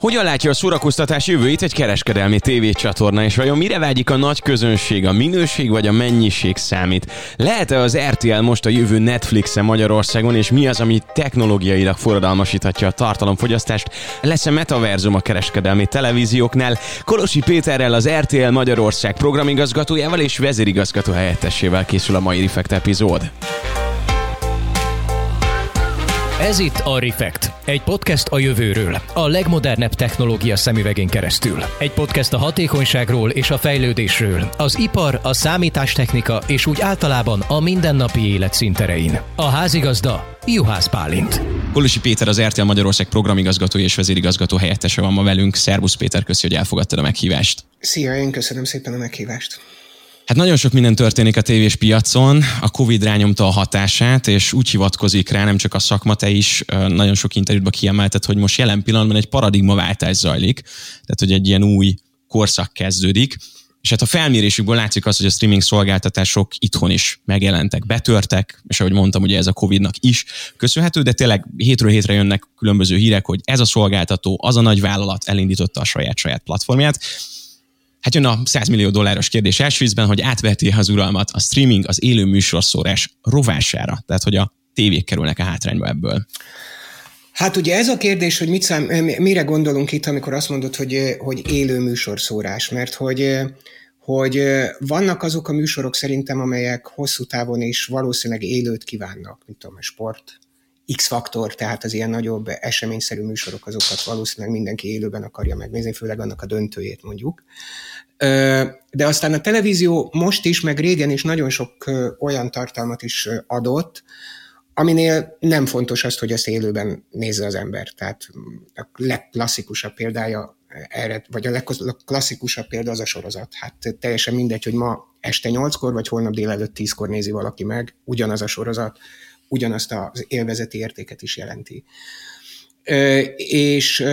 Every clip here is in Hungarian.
Hogyan látja a szórakoztatás jövőjét egy kereskedelmi tévécsatorna, és vajon mire vágyik a nagy közönség, a minőség vagy a mennyiség számít? Lehet-e az RTL most a jövő Netflix-e Magyarországon, és mi az, ami technológiailag forradalmasíthatja a tartalomfogyasztást? Lesz-e metaverzum a kereskedelmi televízióknál? Kolosi Péterrel, az RTL Magyarország programigazgatójával és vezérigazgató helyettesével készül a mai Refekt epizód. Ez itt a Refekt, egy podcast a jövőről, a legmodernebb technológia szemüvegén keresztül. Egy podcast a hatékonyságról és a fejlődésről, az ipar, a számítástechnika és úgy általában a mindennapi élet színterein. A házigazda Juhász Bálint. Kolosi Péter, az RTL Magyarország programigazgatója és vezérigazgató helyettese van ma velünk. Szervusz Péter, köszi, hogy elfogadtad a meghívást. Szia, én köszönöm szépen a meghívást. Hát nagyon sok minden történik a tévés piacon, a Covid rányomta a hatását, és úgy hivatkozik rá, nem csak a szakma, te is nagyon sok interjútban kiemelted, hogy most jelen pillanatban egy paradigmaváltás zajlik, tehát hogy egy ilyen új korszak kezdődik, és hát a felmérésükből látszik az, hogy a streaming szolgáltatások itthon is megjelentek, betörtek, és ahogy mondtam, ugye ez a Covidnak is köszönhető, de tényleg hétről hétre jönnek különböző hírek, hogy ez a szolgáltató, az a nagy vállalat elindította a saját platformját. Hát jön a $100 millió kérdés első ízben, hogy átveheti az uralmat a streaming, az élő műsorszórás rovására. Tehát, hogy a tévék kerülnek a hátrányba ebből. Hát ugye ez a kérdés, hogy mire gondolunk itt, amikor azt mondod, hogy élő műsorszórás, mert hogy vannak azok a műsorok szerintem, amelyek hosszú távon is valószínűleg élőt kívánnak, mint tudom, a sport, X-faktor, tehát az ilyen nagyobb eseményszerű műsorok, azokat valószínűleg mindenki élőben akarja megnézni, főleg annak a döntőjét mondjuk. De aztán a televízió most is, meg régen is nagyon sok olyan tartalmat is adott, aminél nem fontos az, hogy ezt élőben nézze az ember. Tehát a legklasszikusabb példája erre, vagy a legklasszikusabb példa az a sorozat. Hát teljesen mindegy, hogy ma este 8-kor, vagy holnap délelőtt 10-kor nézi valaki meg, ugyanaz a sorozat, ugyanazt az élvezeti értéket is jelenti. És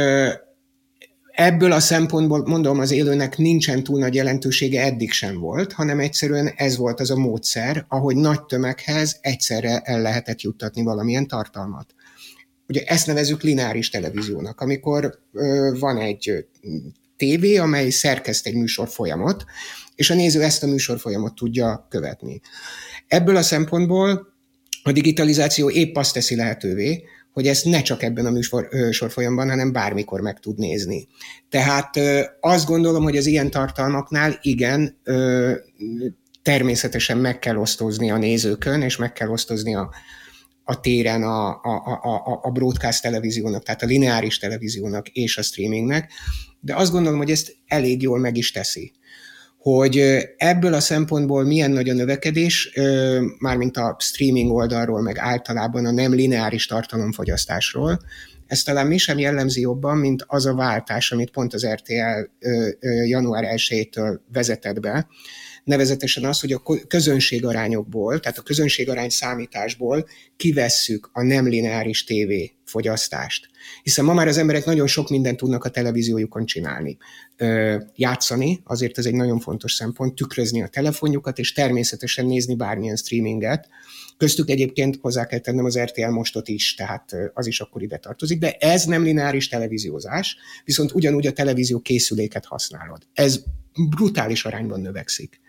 ebből a szempontból, mondom, az élőnek nincsen túl nagy jelentősége, eddig sem volt, hanem egyszerűen ez volt az a módszer, ahogy nagy tömeghez egyszerre el lehetett juttatni valamilyen tartalmat. Ugye ezt nevezzük lineáris televíziónak, amikor van egy tévé, amely szerkeszt egy műsorfolyamot, és a néző ezt a műsorfolyamot tudja követni. Ebből a szempontból a digitalizáció épp azt teszi lehetővé, hogy ezt ne csak ebben a műsorfolyamban, hanem bármikor meg tud nézni. Tehát azt gondolom, hogy az ilyen tartalmaknál igen, természetesen meg kell osztozni a nézőkön, és meg kell osztozni a téren a broadcast televíziónak, tehát a lineáris televíziónak és a streamingnek, de azt gondolom, hogy ezt elég jól meg is teszi. Hogy ebből a szempontból milyen nagy a növekedés, mármint a streaming oldalról, meg általában a nem lineáris tartalomfogyasztásról, ez talán mi sem jellemzi jobban, mint az a váltás, amit pont az RTL január 1-től vezetett be, nevezetesen az, hogy a közönségarányokból, tehát a közönségarány számításból kivesszük a nem lineáris tévé fogyasztást. Hiszen ma már az emberek nagyon sok mindent tudnak a televíziójukon csinálni. Játszani, azért ez egy nagyon fontos szempont, tükrözni a telefonjukat, és természetesen nézni bármilyen streaminget. Köztük egyébként hozzá kell tennem az RTL Mostot is, tehát az is akkor ide tartozik, de ez nem lineáris televíziózás, viszont ugyanúgy a televízió készüléket használod. Ez brutális arányban növekszik.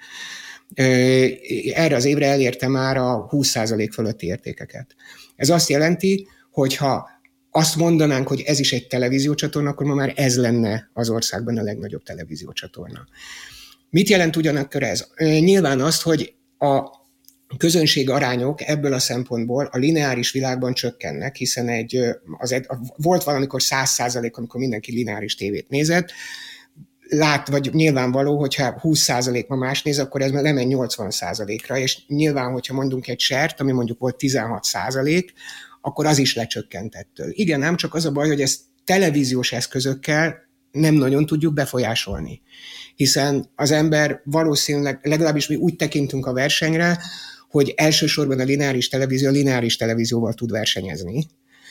Erre az évre elérte már a 20% fölötti értékeket. Ez azt jelenti, hogy ha azt mondanánk, hogy ez is egy televíziócsatorna, akkor ma már ez lenne az országban a legnagyobb televíziócsatorna. Mit jelent ugyanakkor ez? Nyilván azt, hogy a közönség arányok ebből a szempontból a lineáris világban csökkennek, hiszen volt valamikor 100%, amikor mindenki lineáris tévét nézett, vagy nyilvánvaló, hogyha 20% ma más néz, akkor ez lemegy 80%-ra, és nyilván, hogyha mondunk egy sert, ami mondjuk volt 16%, akkor az is lecsökkent ettől. Igen, nem csak az a baj, hogy ezt televíziós eszközökkel nem nagyon tudjuk befolyásolni. Hiszen az ember valószínűleg, legalábbis mi úgy tekintünk a versenyre, hogy elsősorban a lineáris televízióval tud versenyezni.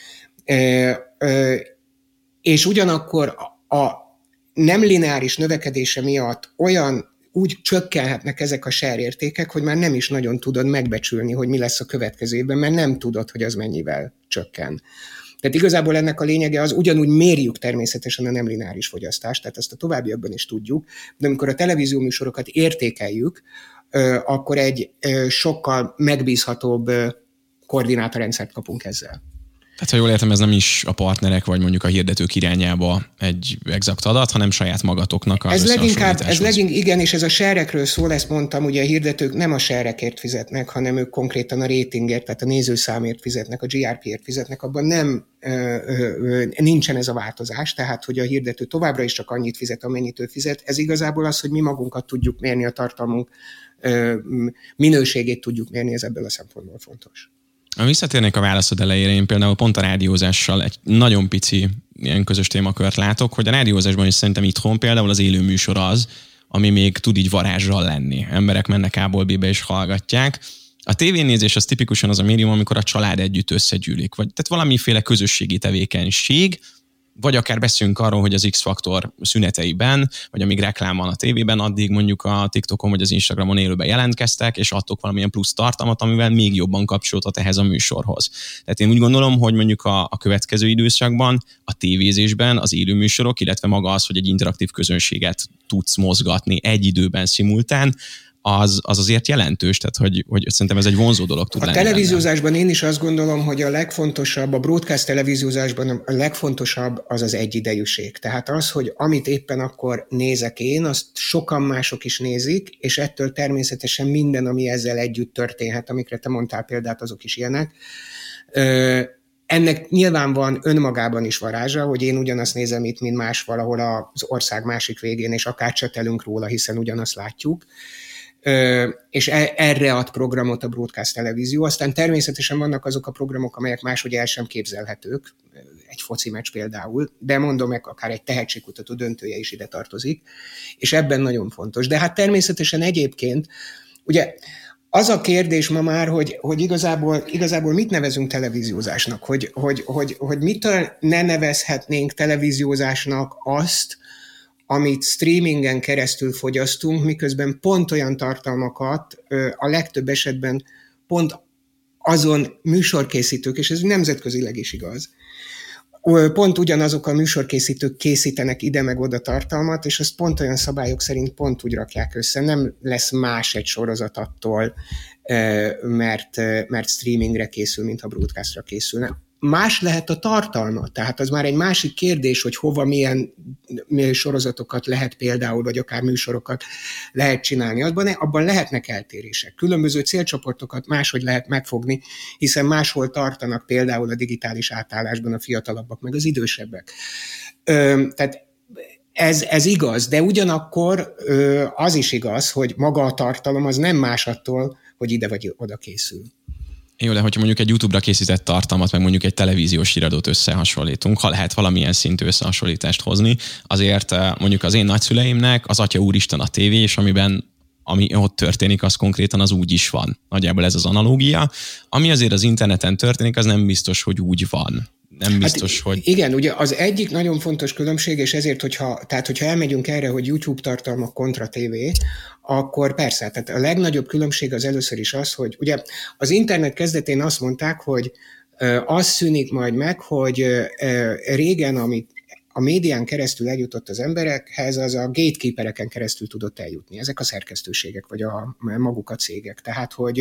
És ugyanakkor a nem lineáris növekedése miatt úgy csökkenhetnek ezek a share értékek, hogy már nem is nagyon tudod megbecsülni, hogy mi lesz a következő évben, mert nem tudod, hogy az mennyivel csökken. Tehát igazából ennek a lényege az, ugyanúgy mérjük természetesen a nem lineáris fogyasztást, tehát ezt a továbbiakban is tudjuk, de amikor a televízió műsorokat értékeljük, akkor egy sokkal megbízhatóbb koordinátorrendszert kapunk ezzel. Tehát, ha jól értem, ez nem is a partnerek, vagy mondjuk a hirdetők irányába egy exakt adat, hanem saját magatoknak az összehasonlításhoz. Igen, és ez a share-ekről szól, ezt mondtam, ugye a hirdetők nem a share-ekért fizetnek, hanem ők konkrétan a ratingért, tehát a nézőszámért fizetnek, a GRP-ért fizetnek, abban nincsen ez a változás, tehát hogy a hirdető továbbra is csak annyit fizet, amennyit ő fizet. Ez igazából az, hogy mi magunkat tudjuk mérni, a tartalmunk minőségét tudjuk mérni, ez ebből a szempontból fontos. Visszatérnék a válaszod elejére, én például pont a rádiózással egy nagyon pici ilyen közös témakört látok, hogy a rádiózásban is szerintem itthon például az élő műsor az, ami még tud így varázsral lenni. Emberek mennek A-ból B-be és hallgatják. A tévénézés az tipikusan az a médium, amikor a család együtt összegyűlik, vagy tehát valamiféle közösségi tevékenység, vagy akár beszélünk arról, hogy az X-faktor szüneteiben, vagy amíg reklám van a tévében, addig mondjuk a TikTokon vagy az Instagramon élőben jelentkeztek, és adtok valamilyen plusz tartalmat, amivel még jobban kapcsolódhat ehhez a műsorhoz. Tehát én úgy gondolom, hogy mondjuk a következő időszakban a tévézésben az élő műsorok, illetve maga az, hogy egy interaktív közönséget tudsz mozgatni egy időben szimultán, az azért jelentős, tehát hogy szerintem ez egy vonzó dolog tud lenni. A televíziózásban én is azt gondolom, hogy a legfontosabb, a broadcast televíziózásban a legfontosabb az az egyidejűség. Tehát az, hogy amit éppen akkor nézek én, azt sokan mások is nézik, és ettől természetesen minden, ami ezzel együtt történhet, amikre te mondtál példát, azok is ilyenek. Ennek nyilván van önmagában is varázsa, hogy én ugyanazt nézem itt, mint más valahol az ország másik végén, és akár csetelünk róla, hiszen ugyanazt látjuk. És erre ad programot a broadcast televízió. Aztán természetesen vannak azok a programok, amelyek máshogy el sem képzelhetők, egy foci meccs például, de mondom meg, akár egy tehetségkutató döntője is ide tartozik, és ebben nagyon fontos. De hát természetesen egyébként, ugye az a kérdés ma már, hogy igazából mit nevezünk televíziózásnak, hogy mitől ne nevezhetnénk televíziózásnak azt, amit streamingen keresztül fogyasztunk, miközben pont olyan tartalmakat a legtöbb esetben pont azon műsorkészítők, és ez nemzetközileg is igaz, pont ugyanazok a műsorkészítők készítenek ide meg oda tartalmat, és azt pont olyan szabályok szerint pont úgy rakják össze. Nem lesz más egy sorozat attól, mert streamingre készül, mint ha broadcastra készülne. Más lehet a tartalma, tehát az már egy másik kérdés, hogy hova milyen sorozatokat lehet például, vagy akár műsorokat lehet csinálni. Abban lehetnek eltérések. Különböző célcsoportokat máshogy lehet megfogni, hiszen máshol tartanak például a digitális átállásban a fiatalabbak, meg az idősebbek. Tehát ez igaz, de ugyanakkor az is igaz, hogy maga a tartalom az nem más attól, hogy ide vagy oda készül. Jó, de hogyha mondjuk egy YouTube-ra készített tartalmat, meg mondjuk egy televíziós híradót összehasonlítunk, ha lehet valamilyen szintű összehasonlítást hozni, azért mondjuk az én nagyszüleimnek az Atya Úristen a tévé, és ami ott történik, az konkrétan az úgy is van. Nagyjából ez az analógia. Ami azért az interneten történik, az nem biztos, hogy úgy van. Nem biztos, hogy... Igen, ugye az egyik nagyon fontos különbség, és ezért, hogyha elmegyünk erre, hogy YouTube tartalmak kontra tévé, akkor persze, tehát a legnagyobb különbség az először is az, hogy ugye az internet kezdetén azt mondták, hogy az szűnik majd meg, hogy régen, amit a médián keresztül eljutott az emberekhez, az a gatekeepereken keresztül tudott eljutni. Ezek a szerkesztőségek, vagy maguk a cégek. Tehát, hogy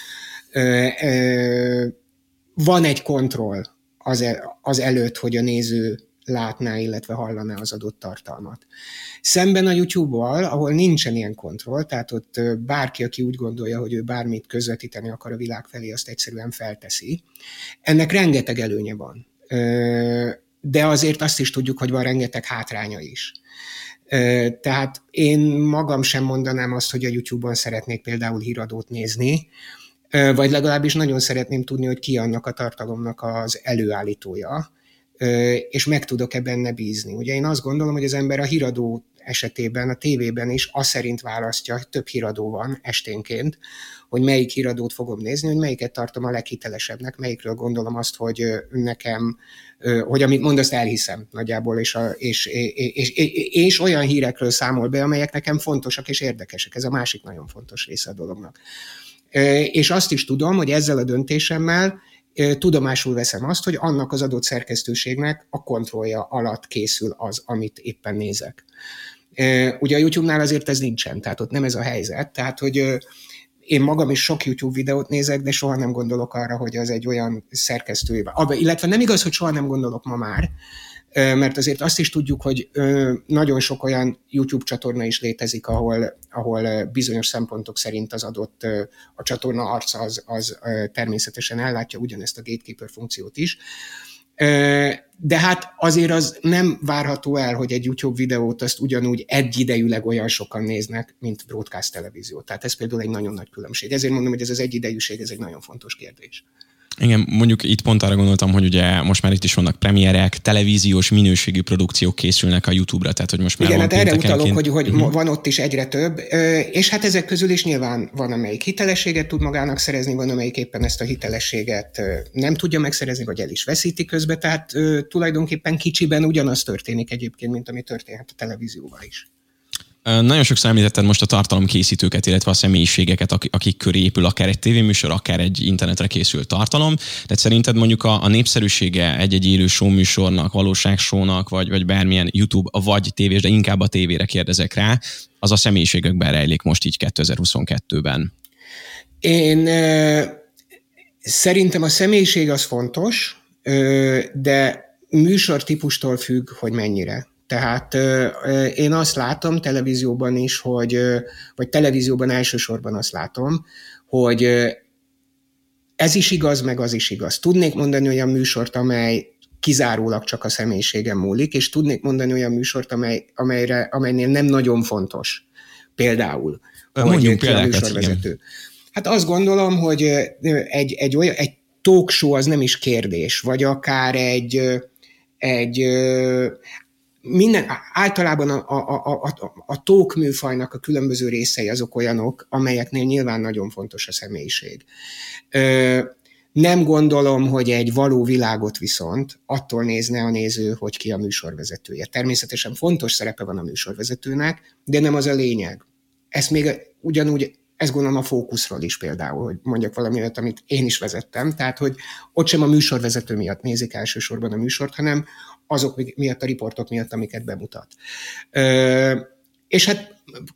van egy kontroll az előtt, hogy a néző látná, illetve hallaná az adott tartalmat. Szemben a YouTube-val, ahol nincsen ilyen kontroll, tehát ott bárki, aki úgy gondolja, hogy ő bármit közvetíteni akar a világ felé, azt egyszerűen felteszi. Ennek rengeteg előnye van. De azért azt is tudjuk, hogy van rengeteg hátránya is. Tehát én magam sem mondanám azt, hogy a YouTube-on szeretnék például híradót nézni, vagy legalábbis nagyon szeretném tudni, hogy ki annak a tartalomnak az előállítója, és meg tudok-e benne bízni. Ugye én azt gondolom, hogy az ember a híradó esetében, a tévében is azt szerint választja, több híradó van esténként, hogy melyik híradót fogom nézni, hogy melyiket tartom a leghitelesebbnek, melyikről gondolom azt, hogy nekem, hogy amit mond, azt elhiszem nagyjából, és olyan hírekről számol be, amelyek nekem fontosak és érdekesek. Ez a másik nagyon fontos része a dolognak. És azt is tudom, hogy ezzel a döntésemmel tudomásul veszem azt, hogy annak az adott szerkesztőségnek a kontrollja alatt készül az, amit éppen nézek. Ugye a YouTube-nál azért ez nincsen, tehát ott nem ez a helyzet, tehát hogy én magam is sok YouTube videót nézek, de soha nem gondolok arra, hogy az egy olyan szerkesztőjében. Illetve nem igaz, hogy soha nem gondolok ma már, mert azért azt is tudjuk, hogy nagyon sok olyan YouTube csatorna is létezik, ahol bizonyos szempontok szerint az adott a csatorna arca az természetesen ellátja ugyanezt a gatekeeper funkciót is. De hát azért az nem várható el, hogy egy YouTube videót azt ugyanúgy egyidejűleg olyan sokan néznek, mint broadcast televízió. Tehát ez például egy nagyon nagy különbség. Ezért mondom, hogy ez az egyidejűség, ez egy nagyon fontos kérdés. Igen, mondjuk itt pont arra gondoltam, hogy ugye most már itt is vannak premierek, televíziós minőségű produkciók készülnek a YouTube-ra, tehát hogy most már igen, hát erre utalok, hogy van ott is egyre több, és hát ezek közül is nyilván van, amelyik hitelességet tud magának szerezni, van, amelyik éppen ezt a hitelességet nem tudja megszerezni, vagy el is veszíti közben, tehát tulajdonképpen kicsiben ugyanaz történik egyébként, mint ami történhet a televízióval is. Nagyon sokszor említetted most a tartalomkészítőket, illetve a személyiségeket, akik köré épül akár egy tévéműsor, akár egy internetre készült tartalom. Tehát szerinted mondjuk a népszerűsége egy élő showműsornak, valóságshow-nak, vagy bármilyen YouTube, vagy tévés, de inkább a tévére kérdezek rá, az a személyiségekben rejlik most így 2022-ben? Én szerintem a személyiség az fontos, de műsortípustól függ, hogy mennyire. Tehát én azt látom televízióban is, vagy televízióban elsősorban azt látom, hogy ez is igaz, meg az is igaz. Tudnék mondani olyan műsort, amely kizárólag csak a személyiségem múlik, és tudnék mondani olyan műsort, amelynél nem nagyon fontos. Például, mondjuk hogy ki a műsorvezető. Igen. Hát azt gondolom, hogy egy talk show az nem is kérdés, vagy akár általában a talk műfajnak a különböző részei azok olyanok, amelyeknél nyilván nagyon fontos a személyiség. Nem gondolom, hogy egy való világot viszont attól nézne a néző, hogy ki a műsorvezetője. Természetesen fontos szerepe van a műsorvezetőnek, de nem az a lényeg. Ezt még ugyanúgy, ezt gondolom a Fókuszról is például, hogy mondjak valami olyat, amit én is vezettem, tehát hogy ott sem a műsorvezető miatt nézik elsősorban a műsort, hanem azok miatt, a riportok miatt, amiket bemutat. És hát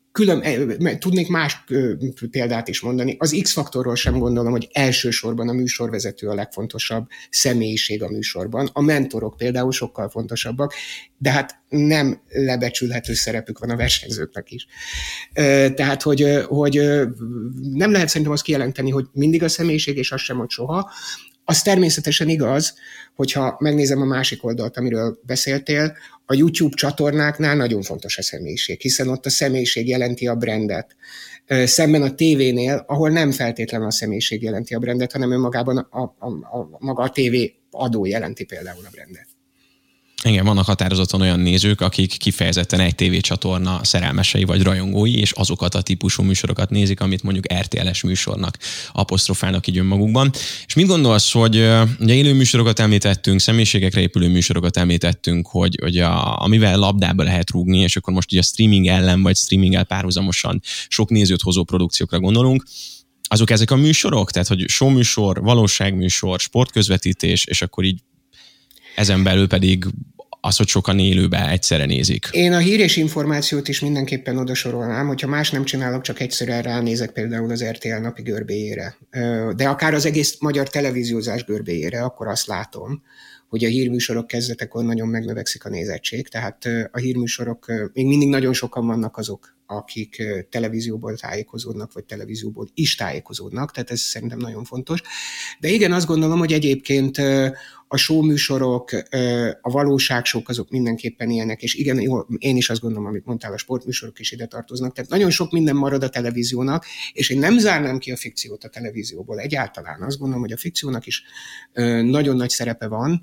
tudnék más példát is mondani. Az X-faktorról sem gondolom, hogy elsősorban a műsorvezető a legfontosabb személyiség a műsorban. A mentorok például sokkal fontosabbak, de hát nem lebecsülhető szerepük van a versenyzőknek is. Tehát, hogy nem lehet szerintem azt kijelenteni, hogy mindig a személyiség, és az sem, hogy soha. Az természetesen igaz, hogyha megnézem a másik oldalt, amiről beszéltél, a YouTube csatornáknál nagyon fontos a személyiség, hiszen ott a személyiség jelenti a brandet. Szemben a tévénél, ahol nem feltétlenül a személyiség jelenti a brandet, hanem önmagában maga a tévé adó jelenti például a brandet. Igen, vannak határozottan olyan nézők, akik kifejezetten egy tévécsatorna szerelmesei vagy rajongói, és azokat a típusú műsorokat nézik, amit mondjuk RTL-es műsornak apostrofálnak így önmagukban. És mit gondolsz, hogy ugye élő műsorokat említettünk, személyiségekre épülő műsorokat említettünk, hogy amivel labdába lehet rúgni, és akkor most ugye a streaming ellen vagy streaminggel párhuzamosan sok nézőt hozó produkciókra gondolunk, azok ezek a műsorok? Tehát, hogy showműsor, valóságműsor, sportközvetítés, és akkor így ezen belül pedig az, hogy sokan élőben egyszerre nézik. Én a hír és információt is mindenképpen odasorolnám, hogyha más nem csinálok, csak egyszerűen ránézek például az RTL napi görbéjére. De akár az egész magyar televíziózás görbéjére, akkor azt látom, hogy a hírműsorok kezdetekor nagyon megnövekszik a nézettség, tehát a hírműsorok, még mindig nagyon sokan vannak azok, akik televízióból tájékozódnak, vagy televízióból is tájékozódnak, tehát ez szerintem nagyon fontos. De igen, azt gondolom, hogy egyébként a showműsorok, a valóságsók azok mindenképpen ilyenek, és igen, jó, én is azt gondolom, amit mondtál, a sportműsorok is ide tartoznak, tehát nagyon sok minden marad a televíziónak, és én nem zárnám ki a fikciót a televízióból egyáltalán. Azt gondolom, hogy a fikciónak is nagyon nagy szerepe van,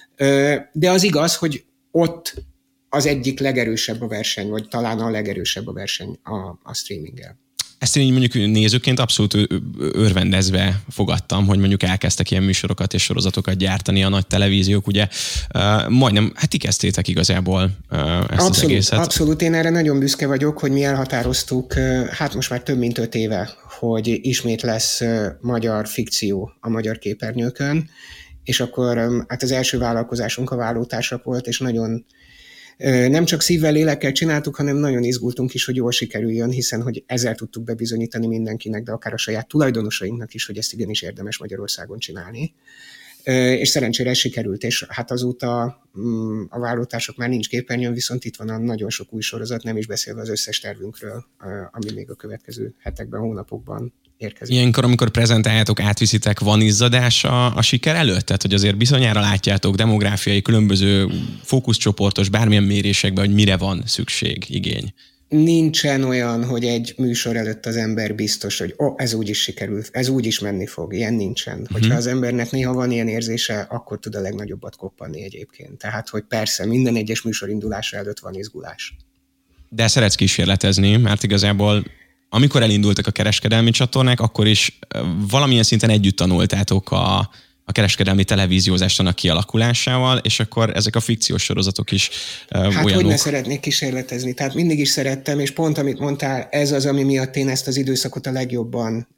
de az igaz, hogy ott az egyik legerősebb a verseny, vagy talán a legerősebb a verseny a streaminggel. Ezt én így mondjuk nézőként abszolút örvendezve fogadtam, hogy mondjuk elkezdtek ilyen műsorokat és sorozatokat gyártani a nagy televíziók, ugye majdnem, hát ti kezdtétek igazából ezt abszolút, az egészet. Abszolút, én erre nagyon büszke vagyok, hogy mi elhatároztuk, hát most már több mint 5 éve, hogy ismét lesz magyar fikció a magyar képernyőkön, és akkor hát az első vállalkozásunk a Vállótársak volt, és nagyon nem csak szívvel, lélekkel csináltuk, hanem nagyon izgultunk is, hogy jól sikerüljön, hiszen hogy ezzel tudtuk bebizonyítani mindenkinek, de akár a saját tulajdonosainknak is, hogy ezt igenis érdemes Magyarországon csinálni. És szerencsére ez sikerült, és hát azóta a Vállótársak már nincs képernyőn, viszont itt van a nagyon sok új sorozat, nem is beszélve az összes tervünkről, ami még a következő hetekben, hónapokban érkezik. Ilyenkor, amikor prezentáljátok, átviszitek, van izzadás a siker előtt? Tehát, hogy azért bizonyára látjátok demográfiai, különböző fókuszcsoportos, bármilyen mérésekben, hogy mire van szükség, igény. Nincsen olyan, hogy egy műsor előtt az ember biztos, hogy ez úgy is sikerül, ez úgy is menni fog. Ilyen nincsen. Hogyha az embernek néha van ilyen érzése, akkor tud a legnagyobbat koppanni egyébként. Tehát, hogy persze minden egyes műsor indulása előtt van izgulás. De szeretsz kísérletezni, mert igazából amikor elindultak a kereskedelmi csatornák, akkor is valamilyen szinten együtt tanultátok a kereskedelmi televíziózásnak kialakulásával, és akkor ezek a fikciós sorozatok is olyanok. Hát hogy ne szeretnék kísérletezni? Tehát mindig is szerettem, és pont amit mondtál, ez az, ami miatt én ezt az időszakot a legjobban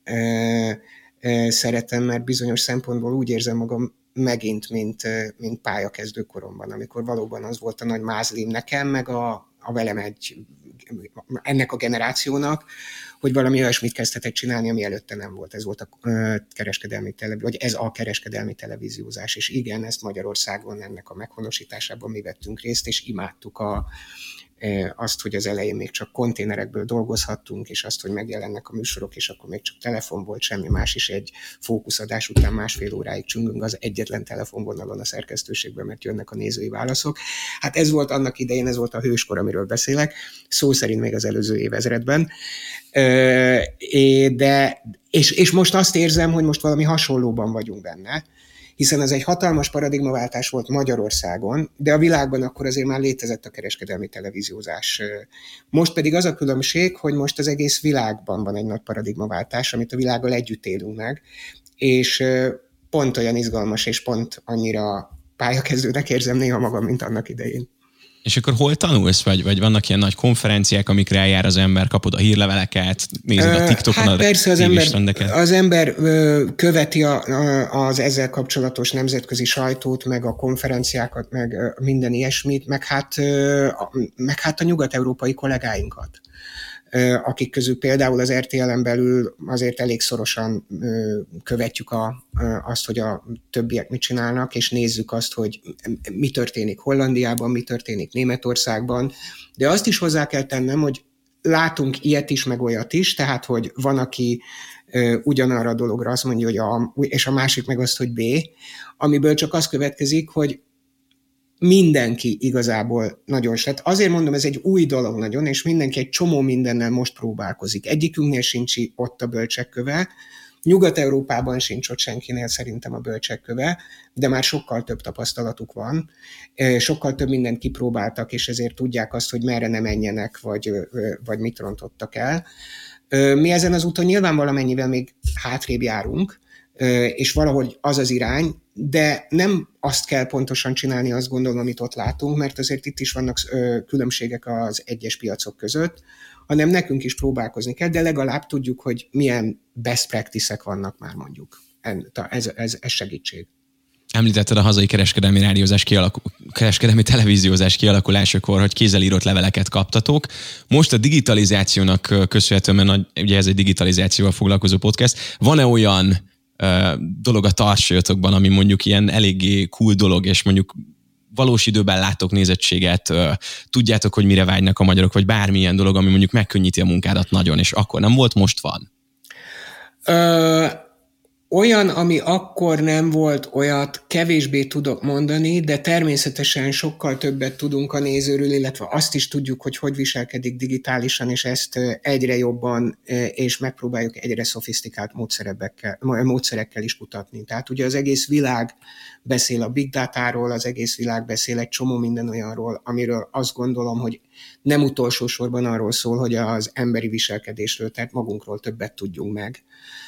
szeretem, mert bizonyos szempontból úgy érzem magam megint, mint pályakezdő koromban, amikor valóban az volt a nagy mázlim nekem, meg a velem ennek a generációnak, hogy valami olyasmit kezdhetek csinálni, ami előtte nem volt. Ez volt a kereskedelmi vagy ez a kereskedelmi televíziózás, és igen, ezt Magyarországon ennek a meghonosításában mi vettünk részt, és imádtuk azt, hogy az elején még csak konténerekből dolgozhattunk, és azt, hogy megjelennek a műsorok, és akkor még csak telefon volt, semmi más is, egy fókuszadás után 1,5 óráig csüngünk az egyetlen telefonvonalon a szerkesztőségben, mert jönnek a nézői válaszok. Hát ez volt annak idején, ez volt a hőskor, amiről beszélek, szó szerint még az előző évezredben. És most azt érzem, hogy most valami hasonlóban vagyunk benne, hiszen ez egy hatalmas paradigmaváltás volt Magyarországon, de a világban akkor azért már létezett a kereskedelmi televíziózás. Most pedig az a különbség, hogy most az egész világban van egy nagy paradigmaváltás, amit a világgal együtt élünk meg, és pont olyan izgalmas, és pont annyira pályakezdőnek érzem néha magam, mint annak idején. És akkor hol tanulsz, vagy vannak ilyen nagy konferenciák, amikre eljár az ember, kapod a hírleveleket, nézed a TikTokon hát persze az ember követi az ezzel kapcsolatos nemzetközi sajtót, meg a konferenciákat, meg minden ilyesmit, meg hát a nyugat-európai kollégáinkat, akik közül például az RTL-en belül azért elég szorosan követjük azt, hogy a többiek mit csinálnak, és nézzük azt, hogy mi történik Hollandiában, mi történik Németországban, de azt is hozzá kell tennem, hogy látunk ilyet is, meg olyat is, tehát, hogy van, aki ugyanarra a dologra azt mondja, hogy és a másik meg azt, hogy B, amiből csak az következik, hogy mindenki igazából nagyon tehát azért mondom, ez egy új dolog nagyon, és mindenki egy csomó mindennel most próbálkozik. Egyikünknél sincs ott a bölcsekköve, Nyugat-Európában sincs ott senkinél szerintem a bölcsekköve, de már sokkal több tapasztalatuk van, sokkal több mindent kipróbáltak, és ezért tudják azt, hogy merre ne menjenek, vagy mit rontottak el. Mi ezen az úton nyilván valamennyivel még hátrébb járunk, és valahogy az az irány, de nem azt kell pontosan csinálni, azt gondolom, amit ott látunk, mert azért itt is vannak különbségek az egyes piacok között, hanem nekünk is próbálkozni kell, de legalább tudjuk, hogy milyen best practice-ek vannak már mondjuk. Ez segítség. Említetted a hazai kereskedelmi televíziózás kialakulásakor, hogy kézzel írott leveleket kaptatok. Most a digitalizációnak köszönhetően, mert ugye ez egy digitalizációval foglalkozó podcast, van-e olyan dolog a tartsajotokban, ami mondjuk ilyen eléggé cool dolog, és mondjuk valós időben láttok nézettséget, tudjátok, hogy mire vágynak a magyarok, vagy bármilyen dolog, ami mondjuk megkönnyíti a munkádat nagyon, és akkor nem volt, most van? Olyan, ami akkor nem volt, olyat kevésbé tudok mondani, de természetesen sokkal többet tudunk a nézőről, illetve azt is tudjuk, hogy viselkedik digitálisan, és ezt egyre jobban, és megpróbáljuk egyre szofisztikált módszerekkel is kutatni. Tehát ugye az egész világ beszél a big datáról, az egész világ beszél egy csomó minden olyanról, amiről azt gondolom, hogy nem utolsó sorban arról szól, hogy az emberi viselkedésről, tehát magunkról többet tudjunk meg.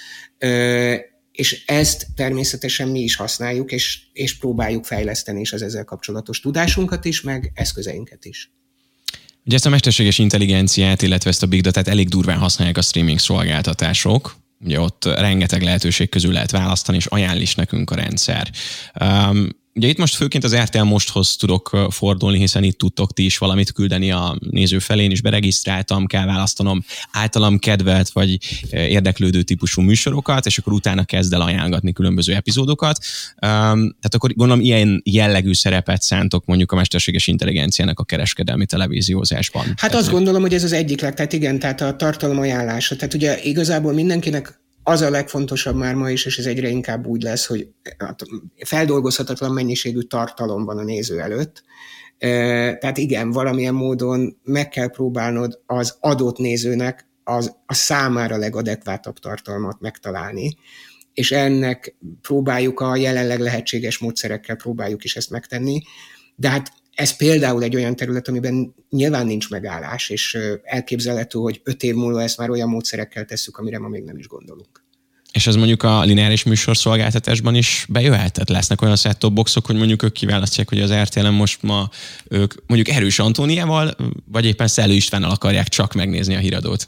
És ezt természetesen mi is használjuk, és próbáljuk fejleszteni is az ezzel kapcsolatos tudásunkat is, meg eszközeinket is. Ugye ezt a mesterséges intelligenciát, illetve ezt a big datát elég durván használják a streaming szolgáltatások. Ugye ott rengeteg lehetőség közül lehet választani, és ajánl is nekünk a rendszer. Ugye itt most főként az RTL Mosthoz tudok fordulni, hiszen itt tudtok ti is valamit küldeni a néző felé, én is beregisztráltam, kell választanom általam kedvelt vagy érdeklődő típusú műsorokat, és akkor utána kezd el ajánlgatni különböző epizódokat. Tehát akkor gondolom ilyen jellegű szerepet szántok mondjuk a mesterséges intelligenciának a kereskedelmi televíziózásban. Hát azt gondolom, hogy ez az egyik tehát igen, tehát a tartalom ajánlása. Tehát ugye igazából mindenkinek az a legfontosabb már ma is, és ez egyre inkább úgy lesz, hogy feldolgozhatatlan mennyiségű tartalom van a néző előtt. Tehát igen, valamilyen módon meg kell próbálnod az adott nézőnek a számára legadekvátabb tartalmat megtalálni, és ennek próbáljuk a jelenleg lehetséges módszerekkel próbáljuk is ezt megtenni, de hát ez például egy olyan terület, amiben nyilván nincs megállás, és elképzelhető, hogy 5 év múlva ezt már olyan módszerekkel tesszük, amire ma még nem is gondolunk. És ez mondjuk a lineáris műsorszolgáltatásban is bejöhet? Tehát lesznek olyan set-top boxok, hogy mondjuk ők kiválasztják, hogy az RTL-en most ma ők mondjuk Erős Antóniával, vagy éppen Szellő Istvánnal akarják csak megnézni a híradót?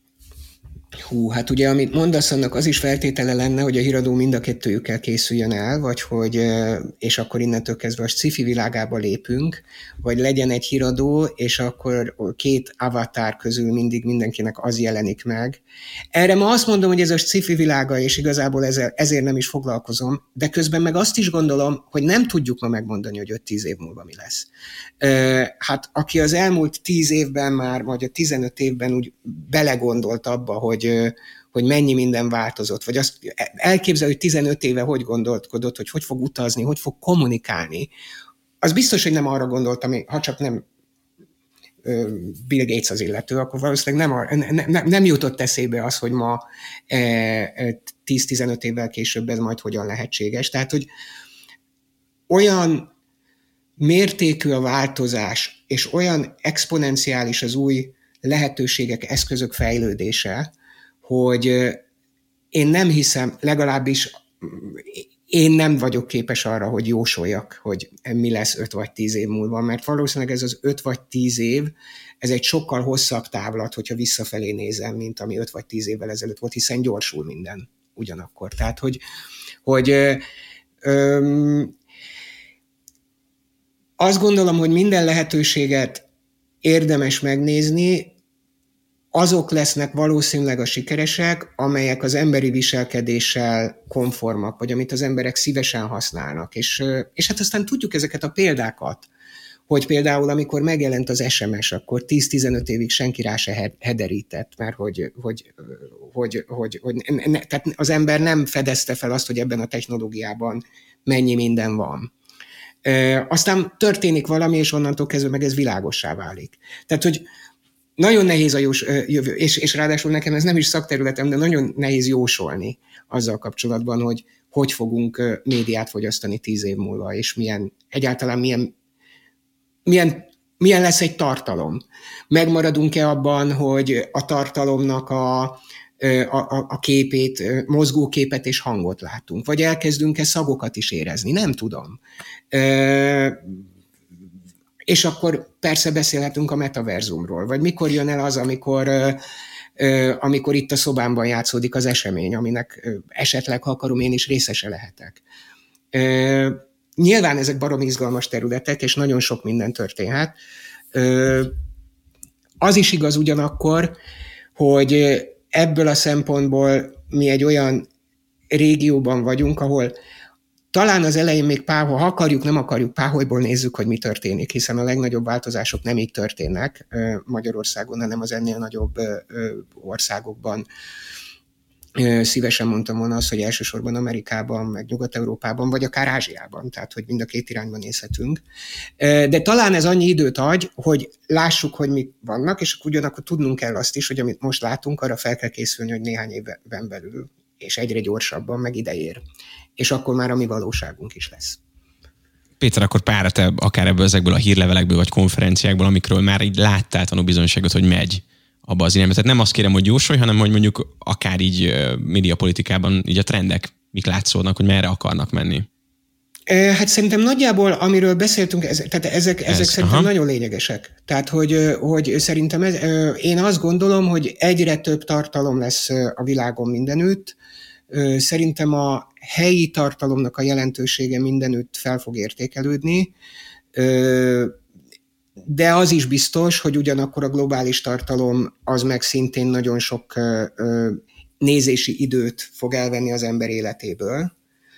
Hát ugye, amit mondasz, annak az is feltétele lenne, hogy a híradó mind a kettőjükkel készüljön el, vagy hogy, és akkor innentől kezdve a sci-fi világába lépünk, vagy legyen egy híradó, és akkor 2 avatar közül mindig mindenkinek az jelenik meg. Erre ma azt mondom, hogy ez a sci-fi világa, és igazából ezért nem is foglalkozom, de közben meg azt is gondolom, hogy nem tudjuk ma megmondani, hogy 5-10 év múlva mi lesz. Hát aki az elmúlt 10 évben már, vagy a 15 évben úgy belegondolt abba, hogy mennyi minden változott, vagy azt elképzel, hogy 15 éve hogy gondolkodott, hogy fog utazni, hogy fog kommunikálni. Az biztos, hogy nem arra gondoltam, ha csak nem Bill Gates az illető, akkor valószínűleg nem jutott eszébe az, hogy ma 10-15 évvel később ez majd hogyan lehetséges. Tehát, hogy olyan mértékű a változás, és olyan exponenciális az új lehetőségek, eszközök fejlődése, hogy én nem hiszem, legalábbis én nem vagyok képes arra, hogy jósoljak, hogy mi lesz 5 vagy 10 év múlva, mert valószínűleg ez az 5 vagy 10 év, ez egy sokkal hosszabb távlat, hogyha visszafelé nézem, mint ami 5 vagy 10 évvel ezelőtt volt, hiszen gyorsul minden ugyanakkor. Tehát, hogy azt gondolom, hogy minden lehetőséget érdemes megnézni, azok lesznek valószínűleg a sikeresek, amelyek az emberi viselkedéssel konformak, vagy amit az emberek szívesen használnak. És hát aztán tudjuk ezeket a példákat, hogy például amikor megjelent az SMS, akkor 10-15 évig senki rá se hederített, mert tehát az ember nem fedezte fel azt, hogy ebben a technológiában mennyi minden van. Aztán történik valami, és onnantól kezdve meg ez világossá válik. Tehát, hogy nagyon nehéz a jövő, és ráadásul nekem ez nem is szakterületem, de nagyon nehéz jósolni azzal kapcsolatban, hogy fogunk médiát fogyasztani 10 év múlva, és egyáltalán milyen lesz egy tartalom. Megmaradunk-e abban, hogy a tartalomnak a képét, mozgóképet és hangot látunk, vagy elkezdünk-e szagokat is érezni? Nem tudom. És akkor persze beszélhetünk a metaverzumról, vagy mikor jön el az, amikor itt a szobámban játszódik az esemény, aminek esetleg, ha akarom, én is részese lehetek. Nyilván ezek baromi izgalmas területek, és nagyon sok minden történhet. Az is igaz ugyanakkor, hogy ebből a szempontból mi egy olyan régióban vagyunk, ahol talán az elején még ha akarjuk, nem akarjuk, páholyból nézzük, hogy mi történik, hiszen a legnagyobb változások nem így történnek Magyarországon, hanem az ennél nagyobb országokban. szívesen mondtam volna azt, hogy elsősorban Amerikában, meg Nyugat-Európában, vagy akár Ázsiában, tehát hogy mind a két irányban nézhetünk. De talán ez annyi időt adj, hogy lássuk, hogy mik vannak, és ugyanakkor tudnunk kell azt is, hogy amit most látunk, arra fel kell készülni, hogy néhány évben belül, és egyre gyorsabban meg ideér. És akkor már a mi valóságunk is lesz. Péter, akkor pára te akár ezekből a hírlevelekből, vagy konferenciákból, amikről már így láttál tanúbizonyságot, hogy megy abba az irányba. Tehát nem azt kérem, hogy jósolj, hanem hogy mondjuk akár így médiapolitikában így a trendek mik látszódnak, hogy merre akarnak menni. Hát szerintem nagyjából, amiről beszéltünk, ezek szerintem nagyon lényegesek. Tehát, hogy szerintem én azt gondolom, hogy egyre több tartalom lesz a világon mindenütt. Szerintem a helyi tartalomnak a jelentősége mindenütt fel fog értékelődni, de az is biztos, hogy ugyanakkor a globális tartalom az meg szintén nagyon sok nézési időt fog elvenni az ember életéből.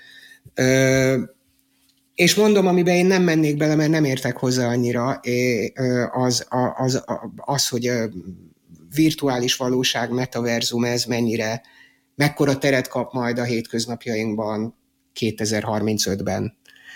És mondom, amiben én nem mennék bele, mert nem értek hozzá annyira, az hogy virtuális valóság, metaverzum, ez mekkora teret kap majd a hétköznapjainkban 2035-ben.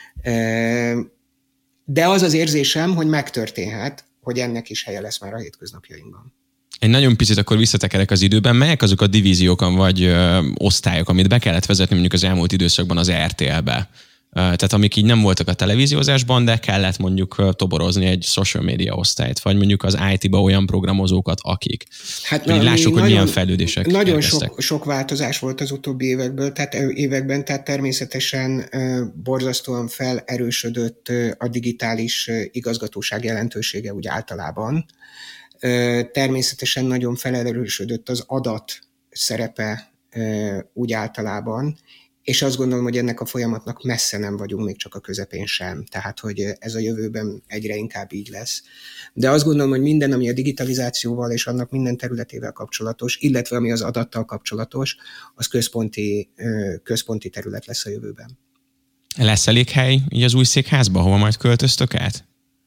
De az az érzésem, hogy megtörténhet, hogy ennek is helye lesz már a hétköznapjainkban. Egy nagyon picit akkor visszatekerek az időben. Melyek azok a divíziók vagy osztályok, amit be kellett vezetni mondjuk az elmúlt időszakban az RTL-be? Tehát amik így nem voltak a televíziózásban, de kellett mondjuk toborozni egy social media osztályt, vagy mondjuk az IT-ba olyan programozókat, akik. Hát lássuk, hogy milyen fejlődések nagyon sok változás volt az utóbbi években, tehát természetesen borzasztóan felerősödött a digitális igazgatóság jelentősége úgy általában. Természetesen nagyon felerősödött az adat szerepe úgy általában, és azt gondolom, hogy ennek a folyamatnak messze nem vagyunk, még csak a közepén sem. Tehát, hogy ez a jövőben egyre inkább így lesz. De azt gondolom, hogy minden, ami a digitalizációval és annak minden területével kapcsolatos, illetve ami az adattal kapcsolatos, az központi terület lesz a jövőben. Lesz elég hely így az új székházba, hova majd költöztök át?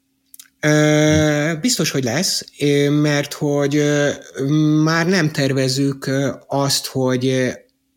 Biztos, hogy lesz, mert hogy már nem tervezzük azt, hogy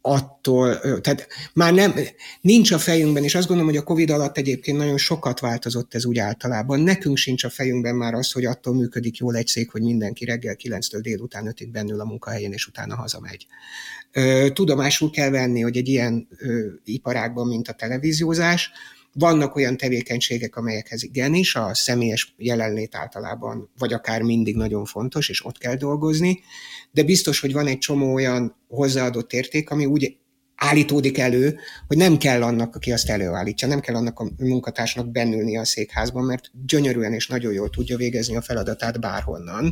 tehát már nincs a fejünkben, és azt gondolom, hogy a Covid alatt egyébként nagyon sokat változott ez úgy általában. Nekünk sincs a fejünkben már az, hogy attól működik jól egy cég, hogy mindenki reggel 9-től délután 5-ig bennül a munkahelyén, és utána hazamegy. Tudomásul kell venni, hogy egy ilyen iparágban, mint a televíziózás, vannak olyan tevékenységek, amelyekhez igenis a személyes jelenlét általában, vagy akár mindig nagyon fontos, és ott kell dolgozni, de biztos, hogy van egy csomó olyan hozzáadott érték, ami úgy állítódik elő, hogy nem kell annak, aki azt előállítja, nem kell annak a munkatársnak bennülni a székházban, mert gyönyörűen és nagyon jól tudja végezni a feladatát bárhonnan.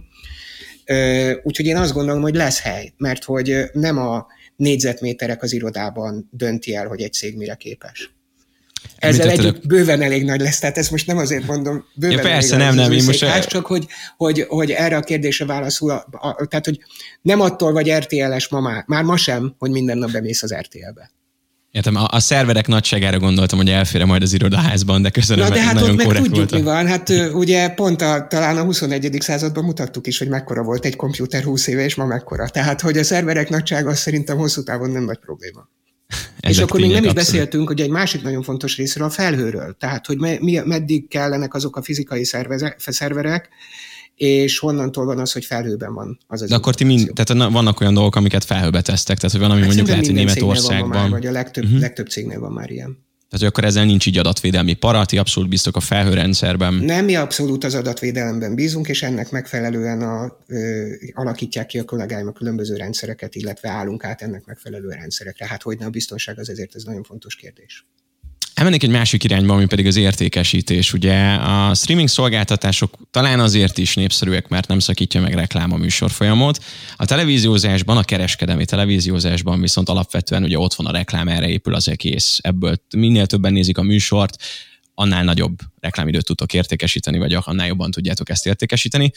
Úgyhogy én azt gondolom, hogy lesz hely, mert hogy nem a négyzetméterek az irodában dönti el, hogy egy cég mire képes. Ezzel együtt bőven elég nagy lesz, tehát ezt most nem azért mondom, bőven persze, elég nem, én most csak hogy erre a kérdésre válaszul, tehát hogy nem attól vagy RTL-es már ma sem, hogy minden nap bemész az RTL-be. Értem, a szerverek nagyságára gondoltam, hogy elfér majd az irodaházban, de köszönöm, de hát nagyon korrekt tudjuk, voltam. Mi van, hát ugye pont talán a 21. században mutattuk is, hogy mekkora volt egy komputer 20 éve, és ma mekkora. Tehát, hogy a szerverek nagysága szerintem hosszú távon nem nagy probléma. És akkor még nem is beszéltünk, hogy egy másik nagyon fontos részről, a felhőről. Tehát, hogy meddig kellenek azok a fizikai szerverek, és honnantól van az, hogy felhőben van az de akkor tehát vannak olyan dolgok, amiket felhőbe tesztek, tehát hogy van, ami hát mondjuk lehet, hogy Németországban. Vagy a legtöbb cégnél van már ilyen. Tehát, hogy akkor ezzel nincs így adatvédelmi parati, abszolút biztos a felhőrendszerben. Nem, mi abszolút az adatvédelemben bízunk, és ennek megfelelően alakítják ki a kollégáim a különböző rendszereket, illetve állunk át ennek megfelelő rendszerekre. Hát hogyne a biztonság, az ezért ez nagyon fontos kérdés. Elmennék egy másik irányba, ami pedig az értékesítés. Ugye a streaming szolgáltatások talán azért is népszerűek, mert nem szakítja meg reklám a műsorfolyamot. A televíziózásban, a kereskedelmi televíziózásban viszont alapvetően ugye ott van a reklám, erre épül az egész. Ebből minél többen nézik a műsort, annál nagyobb reklámidőt tudtok értékesíteni, vagy annál jobban tudjátok ezt értékesíteni.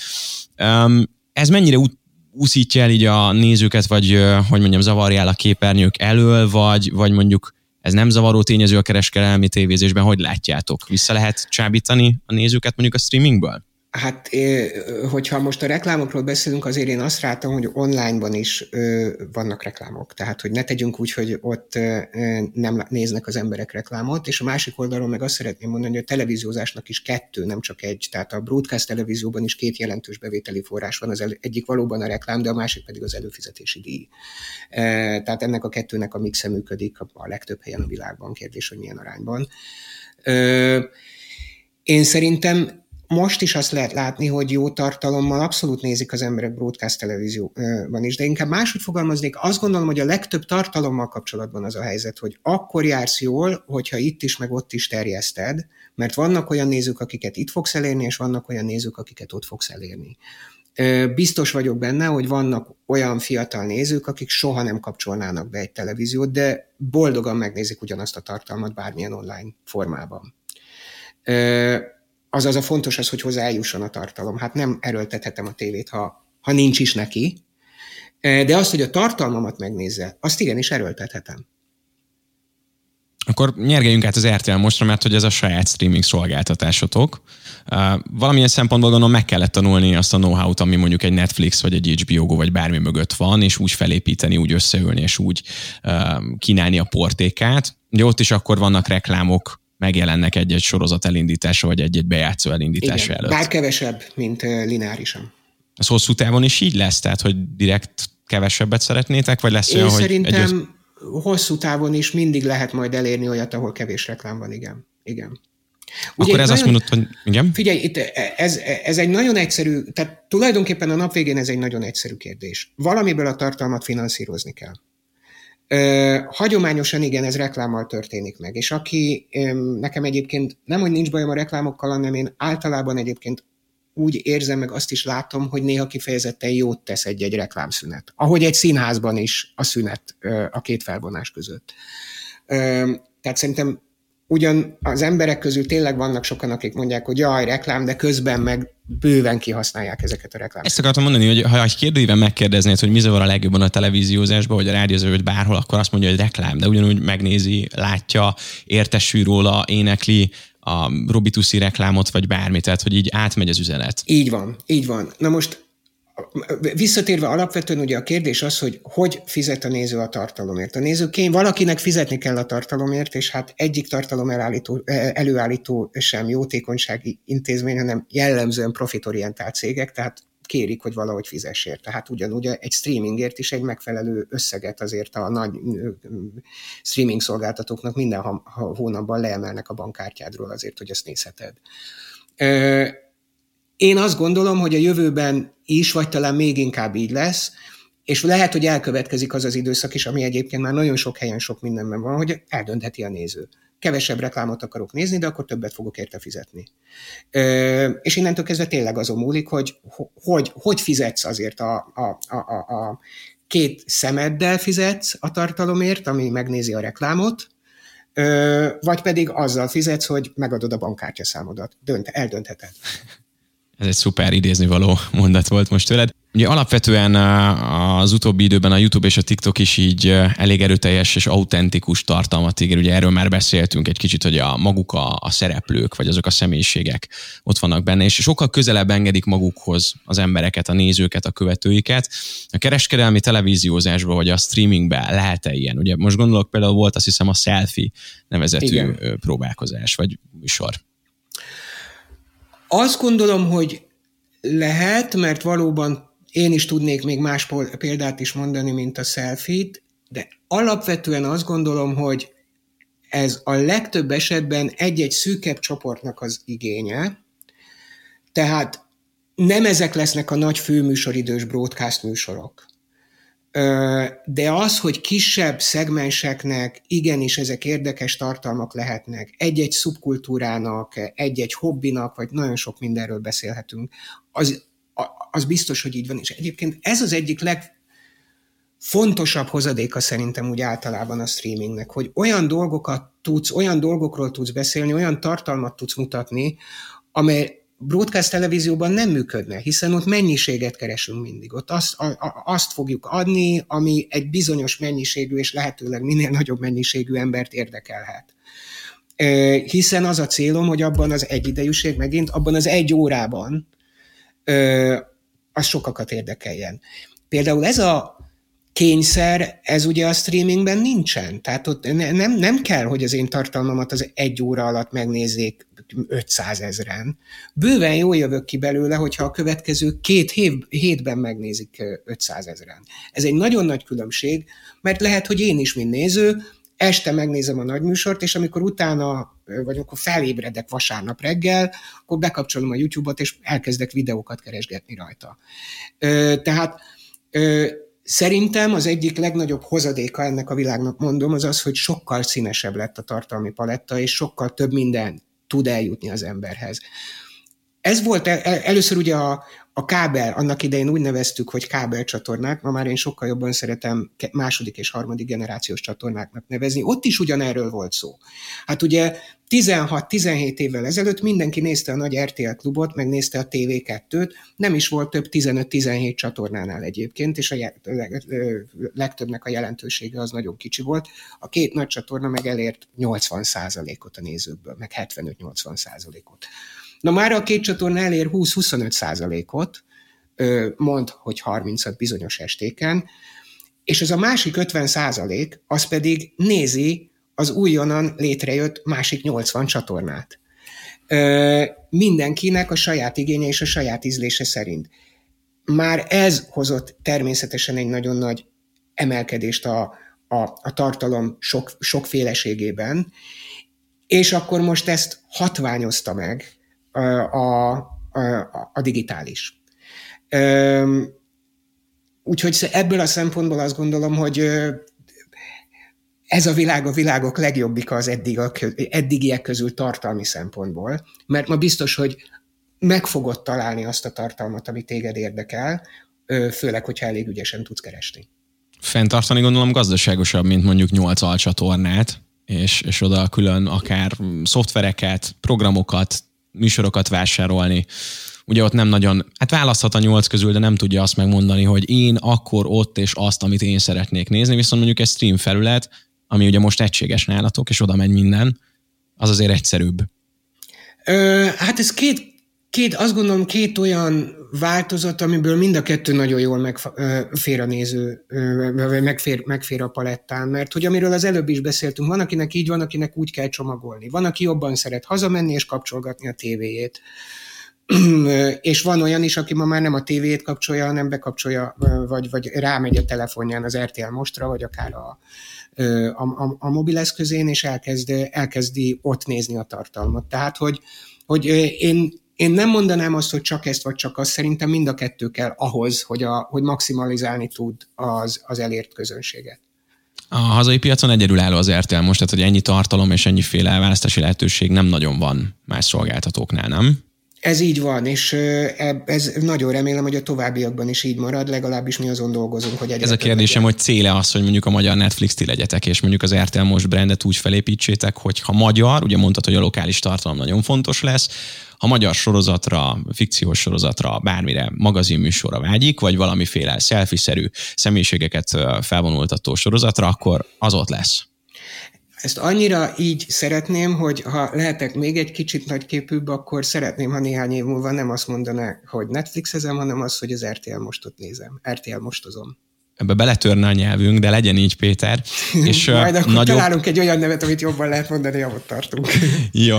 Ez mennyire úszítja el így a nézőket, vagy hogy mondjam, zavarja el a képernyők elől, vagy mondjuk ez nem zavaró tényező a kereskedelmi tévézésben, hogy látjátok? Vissza lehet csábítani a nézőket mondjuk a streamingből? Hát, hogyha most a reklámokról beszélünk, azért én azt látom, hogy online-ban is vannak reklámok. Tehát, hogy ne tegyünk úgy, hogy ott nem néznek az emberek reklámot, és a másik oldalról meg azt szeretném mondani, hogy a televíziózásnak is 2, nem csak 1. Tehát a broadcast televízióban is 2 jelentős bevételi forrás van. Az egyik valóban a reklám, de a másik pedig az előfizetési díj. Tehát ennek a 2-nek a mixe működik a legtöbb helyen a világban. Kérdés, hogy milyen arányban. Én szerintem most is azt lehet látni, hogy jó tartalommal abszolút nézik az emberek broadcast televízióban is, de inkább máshogy fogalmaznék, azt gondolom, hogy a legtöbb tartalommal kapcsolatban az a helyzet, hogy akkor jársz jól, hogyha itt is, meg ott is terjeszted, mert vannak olyan nézők, akiket itt fogsz elérni, és vannak olyan nézők, akiket ott fogsz elérni. Biztos vagyok benne, hogy vannak olyan fiatal nézők, akik soha nem kapcsolnának be egy televíziót, de boldogan megnézik ugyanazt a tartalmat bármilyen online formában. Azaz a fontos az, hogy hozzá eljusson a tartalom. Hát nem erőltethetem a tévét, ha nincs is neki, de azt, hogy a tartalmamat megnézze, azt igenis erőltethetem. Akkor nyergeljünk át az RTL Mostra, mert hogy ez a saját streaming szolgáltatásotok. Valamilyen szempontból gondolom meg kellett tanulni azt a know-how-t, ami mondjuk egy Netflix, vagy egy HBO Go, vagy bármi mögött van, és úgy felépíteni, úgy összeülni, és úgy kínálni a portékát. Ugye ott is akkor vannak reklámok, megjelennek egy-egy sorozat elindítása, vagy egy-egy bejátszó elindítása előtt. Bár kevesebb, mint lineárisan. Ez hosszú távon is így lesz? Tehát, hogy direkt kevesebbet szeretnétek, vagy lesz olyan, hogy... Szerintem hosszú távon is mindig lehet majd elérni olyat, ahol kevés reklám van, igen. Ugye akkor ez azt mondod, hogy igen? Figyelj, itt ez egy nagyon egyszerű, tehát tulajdonképpen a nap végén ez egy nagyon egyszerű kérdés. Valamiből a tartalmat finanszírozni kell. Hagyományosan igen, ez reklámmal történik meg, és nekem egyébként nem, hogy nincs bajom a reklámokkal, hanem én általában egyébként úgy érzem, meg azt is látom, hogy néha kifejezetten jót tesz egy reklámszünet. Ahogy egy színházban is a szünet a 2 felvonás között. Tehát szerintem ugyan az emberek közül tényleg vannak sokan, akik mondják, hogy jaj, reklám, de közben meg bőven kihasználják ezeket a reklámokat. Ezt akartam mondani, hogy ha egy kérdőjében megkérdeznéd, hogy mi zavar a legjobban a televíziózásban, vagy a rádiózásban, vagy bárhol, akkor azt mondja, hogy reklám, de ugyanúgy megnézi, látja, értesül róla, énekli a Robituszi reklámot, vagy bármit, tehát hogy így átmegy az üzenet. Így van. Na most visszatérve alapvetően ugye a kérdés az, hogy fizet a néző a tartalomért. A nézőként valakinek fizetni kell a tartalomért, és hát egyik tartalom előállító sem jótékonysági intézmény, hanem jellemzően profitorientált cégek, tehát kérik, hogy valahogy fizessér. Tehát ugyanúgy egy streamingért is egy megfelelő összeget azért a nagy streaming szolgáltatóknak minden hónapban leemelnek a bankkártyádról azért, hogy ezt nézheted. Én azt gondolom, hogy a jövőben is, vagy talán még inkább így lesz, és lehet, hogy elkövetkezik az az időszak is, ami egyébként már nagyon sok helyen, sok mindenben van, hogy eldöntheti a néző. Kevesebb reklámot akarok nézni, de akkor többet fogok érte fizetni. És innentől kezdve tényleg azon múlik, hogy fizetsz azért a 2 szemeddel fizetsz a tartalomért, ami megnézi a reklámot, vagy pedig azzal fizetsz, hogy megadod a bankkártyaszámodat. Eldöntheted. Ez egy szuper idéznivaló mondat volt most tőled. Ugye alapvetően az utóbbi időben a YouTube és a TikTok is így elég erőteljes és autentikus tartalmat ígér. Ugye erről már beszéltünk egy kicsit, hogy maguk a szereplők, vagy azok a személyiségek ott vannak benne, és sokkal közelebb engedik magukhoz az embereket, a nézőket, a követőiket. A kereskedelmi televíziózásban, vagy a streamingben lehet-e ilyen? Ugye most gondolok, például volt azt hiszem a Selfie nevezetű próbálkozás, vagy műsor. Azt gondolom, hogy lehet, mert valóban én is tudnék még más példát is mondani, mint a Selfie-t, de alapvetően azt gondolom, hogy ez a legtöbb esetben egy-egy szűkebb csoportnak az igénye, tehát nem ezek lesznek a nagy főműsoridős broadcast műsorok. De az, hogy kisebb szegmenseknek igenis ezek érdekes tartalmak lehetnek, egy-egy szubkultúrának, egy-egy hobbinak, vagy nagyon sok mindenről beszélhetünk, az biztos, hogy így van. És egyébként ez az egyik legfontosabb hozadéka szerintem úgy általában a streamingnek, hogy olyan dolgokról tudsz beszélni, olyan tartalmat tudsz mutatni, amely broadcast televízióban nem működne, hiszen ott mennyiséget keresünk mindig. Ott azt fogjuk adni, ami egy bizonyos mennyiségű és lehetőleg minél nagyobb mennyiségű embert érdekelhet. Hiszen az a célom, hogy abban az egyidejűség megint, abban az 1 órában az sokakat érdekeljen. Például ez a kényszer, ez ugye a streamingben nincsen. Tehát ott nem kell, hogy az én tartalmamat az 1 óra alatt megnézzék 500 000-en. Bőven jól jövök ki belőle, hogyha a következő 2 hétben megnézik 500 000-en. Ez egy nagyon nagy különbség, mert lehet, hogy én is, mint néző, este megnézem a nagyműsort, és amikor utána, vagy amikor felébredek vasárnap reggel, akkor bekapcsolom a YouTube-ot, és elkezdek videókat keresgetni rajta. Tehát szerintem az egyik legnagyobb hozadéka ennek a világnak, mondom, az az, hogy sokkal színesebb lett a tartalmi paletta, és sokkal több minden tud eljutni az emberhez. Ez volt először ugye a kábel, annak idején úgy neveztük, hogy kábelcsatornák, ma már én sokkal jobban szeretem második és harmadik generációs csatornáknak nevezni. Ott is ugyanerről volt szó. Hát ugye 16-17 évvel ezelőtt mindenki nézte a nagy RTL klubot, meg nézte a TV2-t, nem is volt több 15-17 csatornánál egyébként, és a legtöbbnek a jelentősége az nagyon kicsi volt. A 2 nagy csatorna meg elért 80%-ot a nézőkből, meg 75-80%-ot. Na már a 2 csatorna elér 20-25%-ot, mond, hogy 30-at bizonyos estéken, és az a másik 50%, az pedig nézi az újonnan létrejött másik 80 csatornát. Mindenkinek a saját igénye és a saját ízlése szerint. Már ez hozott természetesen egy nagyon nagy emelkedést a tartalom sokféleségében, és akkor most ezt hatványozta meg a digitális. Úgyhogy ebből a szempontból azt gondolom, hogy ez a világ a világok legjobbika az eddigiek közül tartalmi szempontból, mert ma biztos, hogy meg fogod találni azt a tartalmat, ami téged érdekel, főleg, hogyha elég ügyesen tudsz keresni. Fenntartani gondolom gazdaságosabb, mint mondjuk 8 alcsatornát, és oda külön akár szoftvereket, programokat, műsorokat vásárolni. Ugye ott nem nagyon, hát választhat a 8 közül, de nem tudja azt megmondani, hogy én akkor ott és azt, amit én szeretnék nézni, viszont mondjuk egy stream felület, ami ugye most egységes nálatok, és oda megy minden, az azért egyszerűbb. Hát ez azt gondolom 2 olyan változat, amiből mind a 2 nagyon jól megfér a néző, megfér a palettán, mert hogy amiről az előbb is beszéltünk, van akinek így, van akinek úgy kell csomagolni. Van, aki jobban szeret hazamenni és kapcsolgatni a tévéjét. És van olyan is, aki ma már nem a tévéjét kapcsolja, hanem bekapcsolja, vagy rámegy a telefonján az RTL Mostra, vagy akár a mobileszközén, és elkezdi ott nézni a tartalmat. Tehát, hogy én nem mondanám azt, hogy csak ezt vagy csak azt, szerintem mind a 2 kell ahhoz, hogy maximalizálni tud az elért közönséget. A hazai piacon egyedülálló az RTL most, tehát hogy ennyi tartalom és ennyiféle elválasztási lehetőség nem nagyon van más szolgáltatóknál, nem? Ez így van, és ez nagyon remélem, hogy a továbbiakban is így marad, legalábbis mi azon dolgozunk, hogy egyre. Ez a kérdésem, hogy cél-e az, hogy mondjuk a magyar Netflix-ti legyetek, és mondjuk az RTL Most brandet úgy felépítsétek, hogy ha magyar, ugye mondtad, hogy a lokális tartalom nagyon fontos lesz, ha magyar sorozatra, fikciós sorozatra, bármire, magazinműsorra vágyik, vagy valamiféle selfie-szerű személyiségeket felvonultató sorozatra, akkor az ott lesz. Ezt annyira így szeretném, hogy ha lehetek még egy kicsit nagyképűbb, akkor szeretném, ha néhány év múlva nem azt mondaná, hogy Netflixezem, hanem az, hogy az RTL Mostot nézem. RTL Mostozom. Ebbe beletörne a nyelvünk, de legyen így, Péter. És majd akkor találunk egy olyan nevet, amit jobban lehet mondani, ahol tartunk. Jó.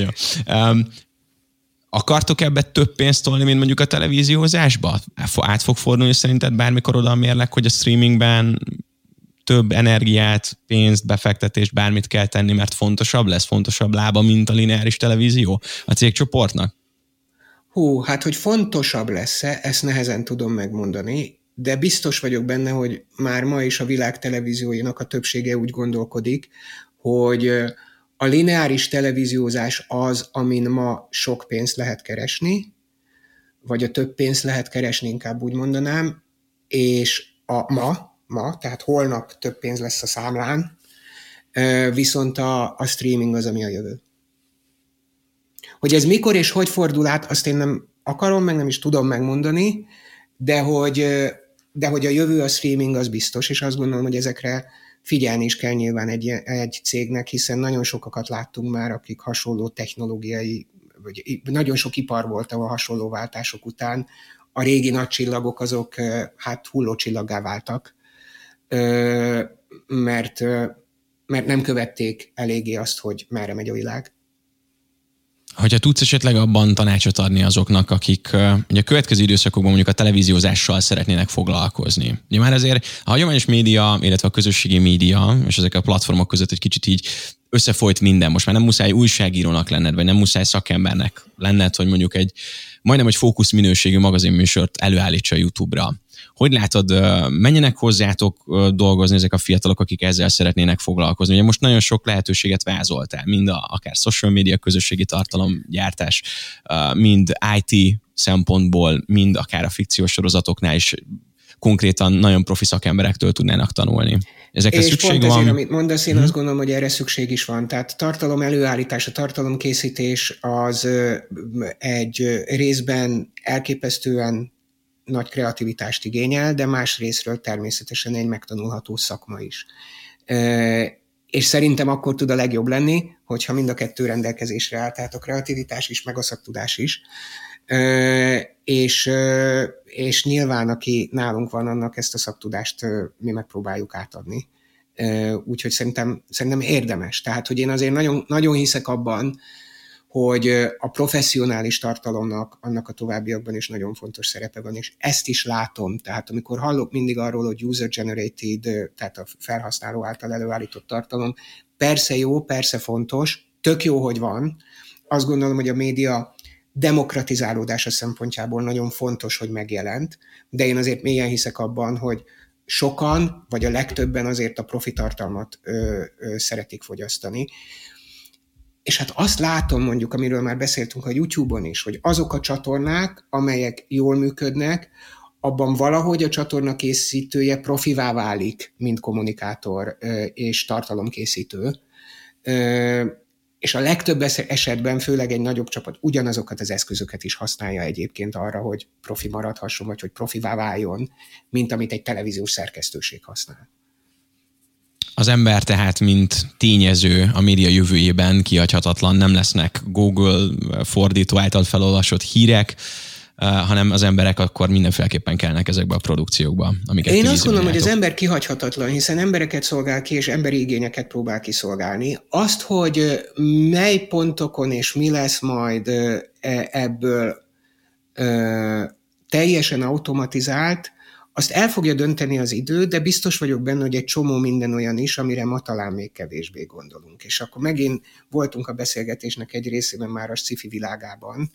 Akartok ebbe több pénzt tolni, mint mondjuk a televíziózásba? Át fog fordulni szerinted bármikor oda a mérleg, hogy a streamingben több energiát, pénzt, befektetést, bármit kell tenni, mert fontosabb lába, mint a lineáris televízió a cégcsoportnak? Hát hogy fontosabb lesz-e, ezt nehezen tudom megmondani, de biztos vagyok benne, hogy már ma is a világ televízióinak a többsége úgy gondolkodik, hogy a lineáris televíziózás az, amin ma sok pénzt lehet keresni, vagy a több pénzt lehet keresni, inkább úgy mondanám, és ma, tehát holnap több pénz lesz a számlán, viszont a streaming az, ami a jövő. Hogy ez mikor és hogy fordul át, azt én nem akarom, meg nem is tudom megmondani, de hogy a jövő a streaming az biztos, és azt gondolom, hogy ezekre figyelni is kell nyilván egy cégnek, hiszen nagyon sokakat láttunk már, akik hasonló technológiai vagy nagyon sok ipar volt a hasonló váltások után, a régi nagy csillagok azok hát hullócsillaggá váltak, mert nem követték eléggé azt, hogy merre megy a világ. Hogyha tudsz esetleg abban tanácsot adni azoknak, akik ugye a következő időszakokban mondjuk a televíziózással szeretnének foglalkozni. Ugye már azért a hagyományos média, illetve a közösségi média, és ezek a platformok között egy kicsit így összefolyt minden. Most már nem muszáj újságírónak lenned, vagy nem muszáj szakembernek lenned, hogy mondjuk majdnem egy fókusz minőségű magazinműsort előállítsa a YouTube-ra. Hogy látod, menjenek hozzátok dolgozni ezek a fiatalok, akik ezzel szeretnének foglalkozni? Ugye most nagyon sok lehetőséget vázoltál, mind akár social media, közösségi tartalomgyártás, mind IT szempontból, mind akár a fikciós sorozatoknál is konkrétan nagyon profi szakemberektől tudnának tanulni. Ezekre szükség van? És pont ezért, amit mondasz, én azt gondolom, hogy erre szükség is van. Tehát tartalom előállítás, a tartalomkészítés az egy részben elképesztően nagy kreativitást igényel, de más részről természetesen egy megtanulható szakma is. És szerintem akkor tud a legjobb lenni, hogyha mind a kettő rendelkezésre áll, tehát a kreativitás is, meg a szaktudás is. És nyilván, aki nálunk van, annak ezt a szaktudást mi megpróbáljuk átadni. Úgyhogy szerintem érdemes. Tehát, hogy én azért nagyon, nagyon hiszek abban, hogy a professzionális tartalomnak annak a továbbiakban is nagyon fontos szerepe van, és ezt is látom. Tehát amikor hallok mindig arról, hogy user-generated, tehát a felhasználó által előállított tartalom, persze jó, persze fontos, tök jó, hogy van. Azt gondolom, hogy a média demokratizálódása szempontjából nagyon fontos, hogy megjelent, de én azért mélyen hiszek abban, hogy sokan, vagy a legtöbben azért a profi tartalmat szeretik fogyasztani. És hát azt látom mondjuk, amiről már beszéltünk a YouTube-on is, hogy azok a csatornák, amelyek jól működnek, abban valahogy a csatorna készítője profivá válik, mint kommunikátor és tartalomkészítő. És a legtöbb esetben, főleg egy nagyobb csapat ugyanazokat az eszközöket is használja egyébként arra, hogy profi maradhasson, vagy hogy profivá váljon, mint amit egy televíziós szerkesztőség használ. Az ember tehát, mint tényező a média jövőjében kihagyhatatlan, nem lesznek Google fordító által felolvasott hírek, hanem az emberek akkor mindenféleképpen kellnek ezekbe a produkciókba, amiket én azt gondolom, hogy az ember kihagyhatatlan, hiszen embereket szolgál ki, és emberi igényeket próbál kiszolgálni. Azt, hogy mely pontokon és mi lesz majd ebből teljesen automatizált, azt el fogja dönteni az idő, de biztos vagyok benne, hogy egy csomó minden olyan is, amire ma talán még kevésbé gondolunk. És akkor megint voltunk a beszélgetésnek egy részében már a sci-fi világában.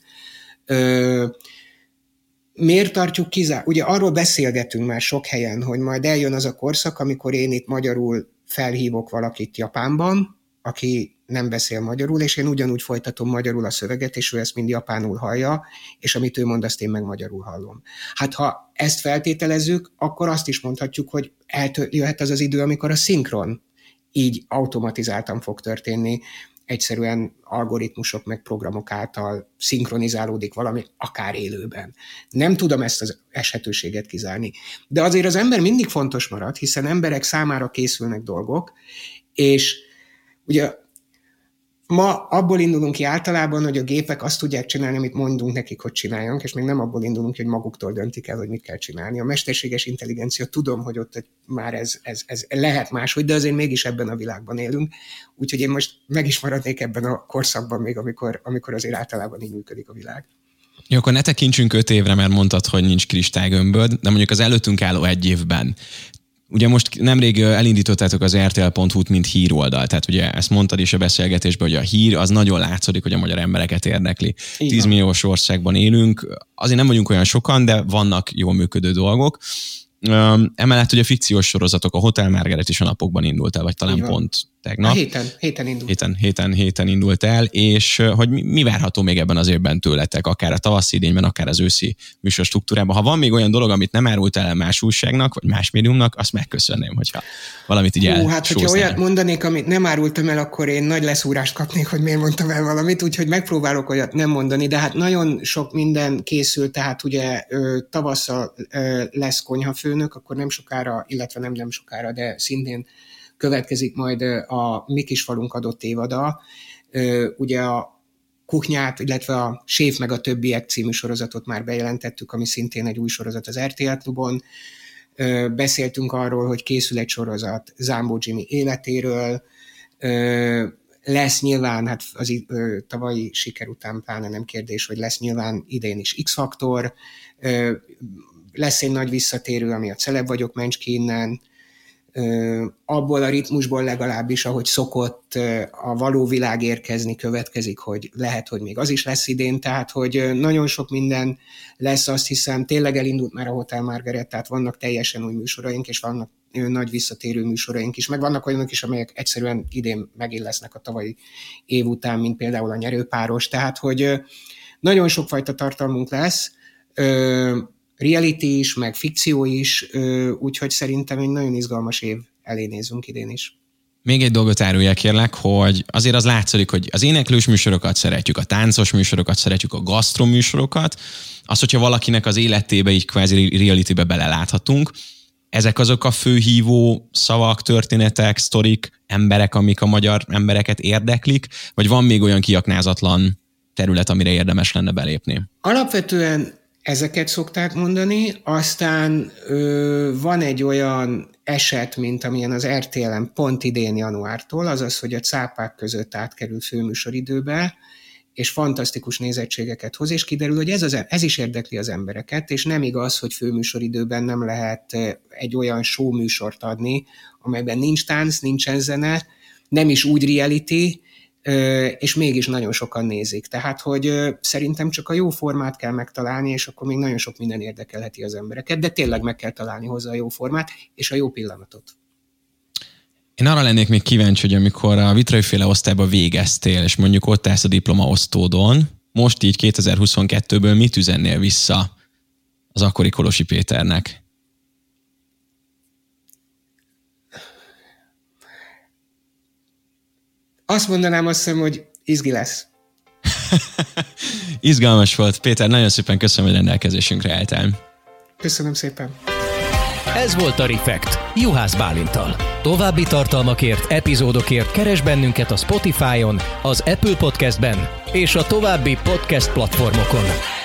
Miért tartjuk kizárólag? Ugye arról beszélgetünk már sok helyen, hogy majd eljön az a korszak, amikor én itt magyarul felhívok valakit Japánban, aki nem beszél magyarul, és én ugyanúgy folytatom magyarul a szöveget, és ő ezt mind japánul hallja, és amit ő mond, azt én meg magyarul hallom. Hát ha ezt feltételezzük, akkor azt is mondhatjuk, hogy jöhet az az idő, amikor a szinkron így automatizáltan fog történni, egyszerűen algoritmusok meg programok által szinkronizálódik valami, akár élőben. Nem tudom ezt az esetőséget kizárni. De azért az ember mindig fontos marad, hiszen emberek számára készülnek dolgok, és ugye ma abból indulunk ki általában, hogy a gépek azt tudják csinálni, amit mondunk nekik, hogy csináljanak, és még nem abból indulunk ki, hogy maguktól döntik el, hogy mit kell csinálni. A mesterséges intelligencia, tudom, hogy ott már ez lehet máshogy, de azért mégis ebben a világban élünk. Úgyhogy én most meg is maradnék ebben a korszakban még, amikor azért általában így működik a világ. Jó, akkor ne tekintsünk 5 évre, mert mondtad, hogy nincs kristálygömböd, de mondjuk az előttünk álló 1 évben. Ugye most nemrég elindítottátok az RTL.hu-t, mint híroldal, tehát ugye ezt mondtad is a beszélgetésben, hogy a hír az nagyon látszik, hogy a magyar embereket érdekli. 10 milliós országban élünk, azért nem vagyunk olyan sokan, de vannak jól működő dolgok. Emellett ugye a fikciós sorozatok, a Hotel Margaret is a napokban indult el, vagy talán pont tegnap. Héten indult. Héten indult el, és hogy mi várható még ebben az évben tőletek, akár a tavaszi idényben, akár az őszi műsor struktúrában. Ha van még olyan dolog, amit nem árult el más újságnak, vagy más médiumnak, azt megköszönném, hogyha valamit így elsóznál. Hát, hogyha olyat mondanék, amit nem árultam el, akkor én nagy leszúrást kapnék, hogy miért mondtam el valamit, úgyhogy megpróbálok olyat nem mondani, de hát nagyon sok minden készül, tehát ugye tavasszal lesz konyhafőnök, akkor nem sokára, illetve nem sokára, de szintén következik majd a Mi kis falunk adott évada. Ugye Kuchnyát, illetve a Séf meg a többiek című sorozatot már bejelentettük, ami szintén egy új sorozat az RTL Klubon. Beszéltünk arról, hogy készül egy sorozat Zámbó Jimmy életéről, lesz nyilván, hát az tavalyi siker után pláne nem kérdés, hogy lesz nyilván idén is X-faktor, lesz egy nagy visszatérő, ami a Celeb vagyok, mencs ki innen, abból a ritmusból legalábbis, ahogy szokott a való világ érkezni, következik, hogy lehet, hogy még az is lesz idén, tehát hogy nagyon sok minden lesz, azt hiszem, tényleg elindult már a Hotel Margaret, tehát vannak teljesen új műsoraink, és vannak nagy visszatérő műsoraink is, meg vannak olyanok is, amelyek egyszerűen idén megint lesznek a tavalyi év után, mint például a Nyerőpáros, tehát hogy nagyon sokfajta tartalmunk lesz, reality is, meg fikció is, úgyhogy szerintem egy nagyon izgalmas év elé nézünk idén is. Még egy dolgot árulj el, kérlek, hogy azért az látszik, hogy az éneklős műsorokat szeretjük, a táncos műsorokat szeretjük, a gasztro műsorokat, az, hogyha valakinek az életébe így kvázi realitybe beleláthatunk, ezek azok a főhívó szavak, történetek, sztorik, emberek, amik a magyar embereket érdeklik, vagy van még olyan kiaknázatlan terület, amire érdemes lenne belépni? Alapvetően ezeket szokták mondani, aztán van egy olyan eset, mint amilyen az RTL-en pont idén januártól, azaz, hogy a cápák között átkerül főműsoridőbe, és fantasztikus nézettségeket hoz, és kiderül, hogy ez is érdekli az embereket, és nem igaz, hogy főműsoridőben nem lehet egy olyan show műsort adni, amelyben nincs tánc, nincsen zene, nem is úgy reality, és mégis nagyon sokan nézik. Tehát, hogy szerintem csak a jó formát kell megtalálni, és akkor még nagyon sok minden érdekelheti az embereket, de tényleg meg kell találni hozzá a jó formát, és a jó pillanatot. Én arra lennék még kíváncsi, hogy amikor a Vitrai-féle osztályba végeztél, és mondjuk ott állsz a diplomaosztódon, most így 2022-ből mit üzennél vissza az akkori Kolosi Péternek? Azt mondanám, azt hiszem, hogy izgi lesz. Izgalmas volt. Péter, nagyon szépen köszönöm, hogy rendelkezésünkre álltál. Köszönöm szépen. Ez volt a Refekt Juhász Bálinttal. További tartalmakért, epizódokért keresd bennünket a Spotify-on, az Apple Podcastben és a további podcast platformokon.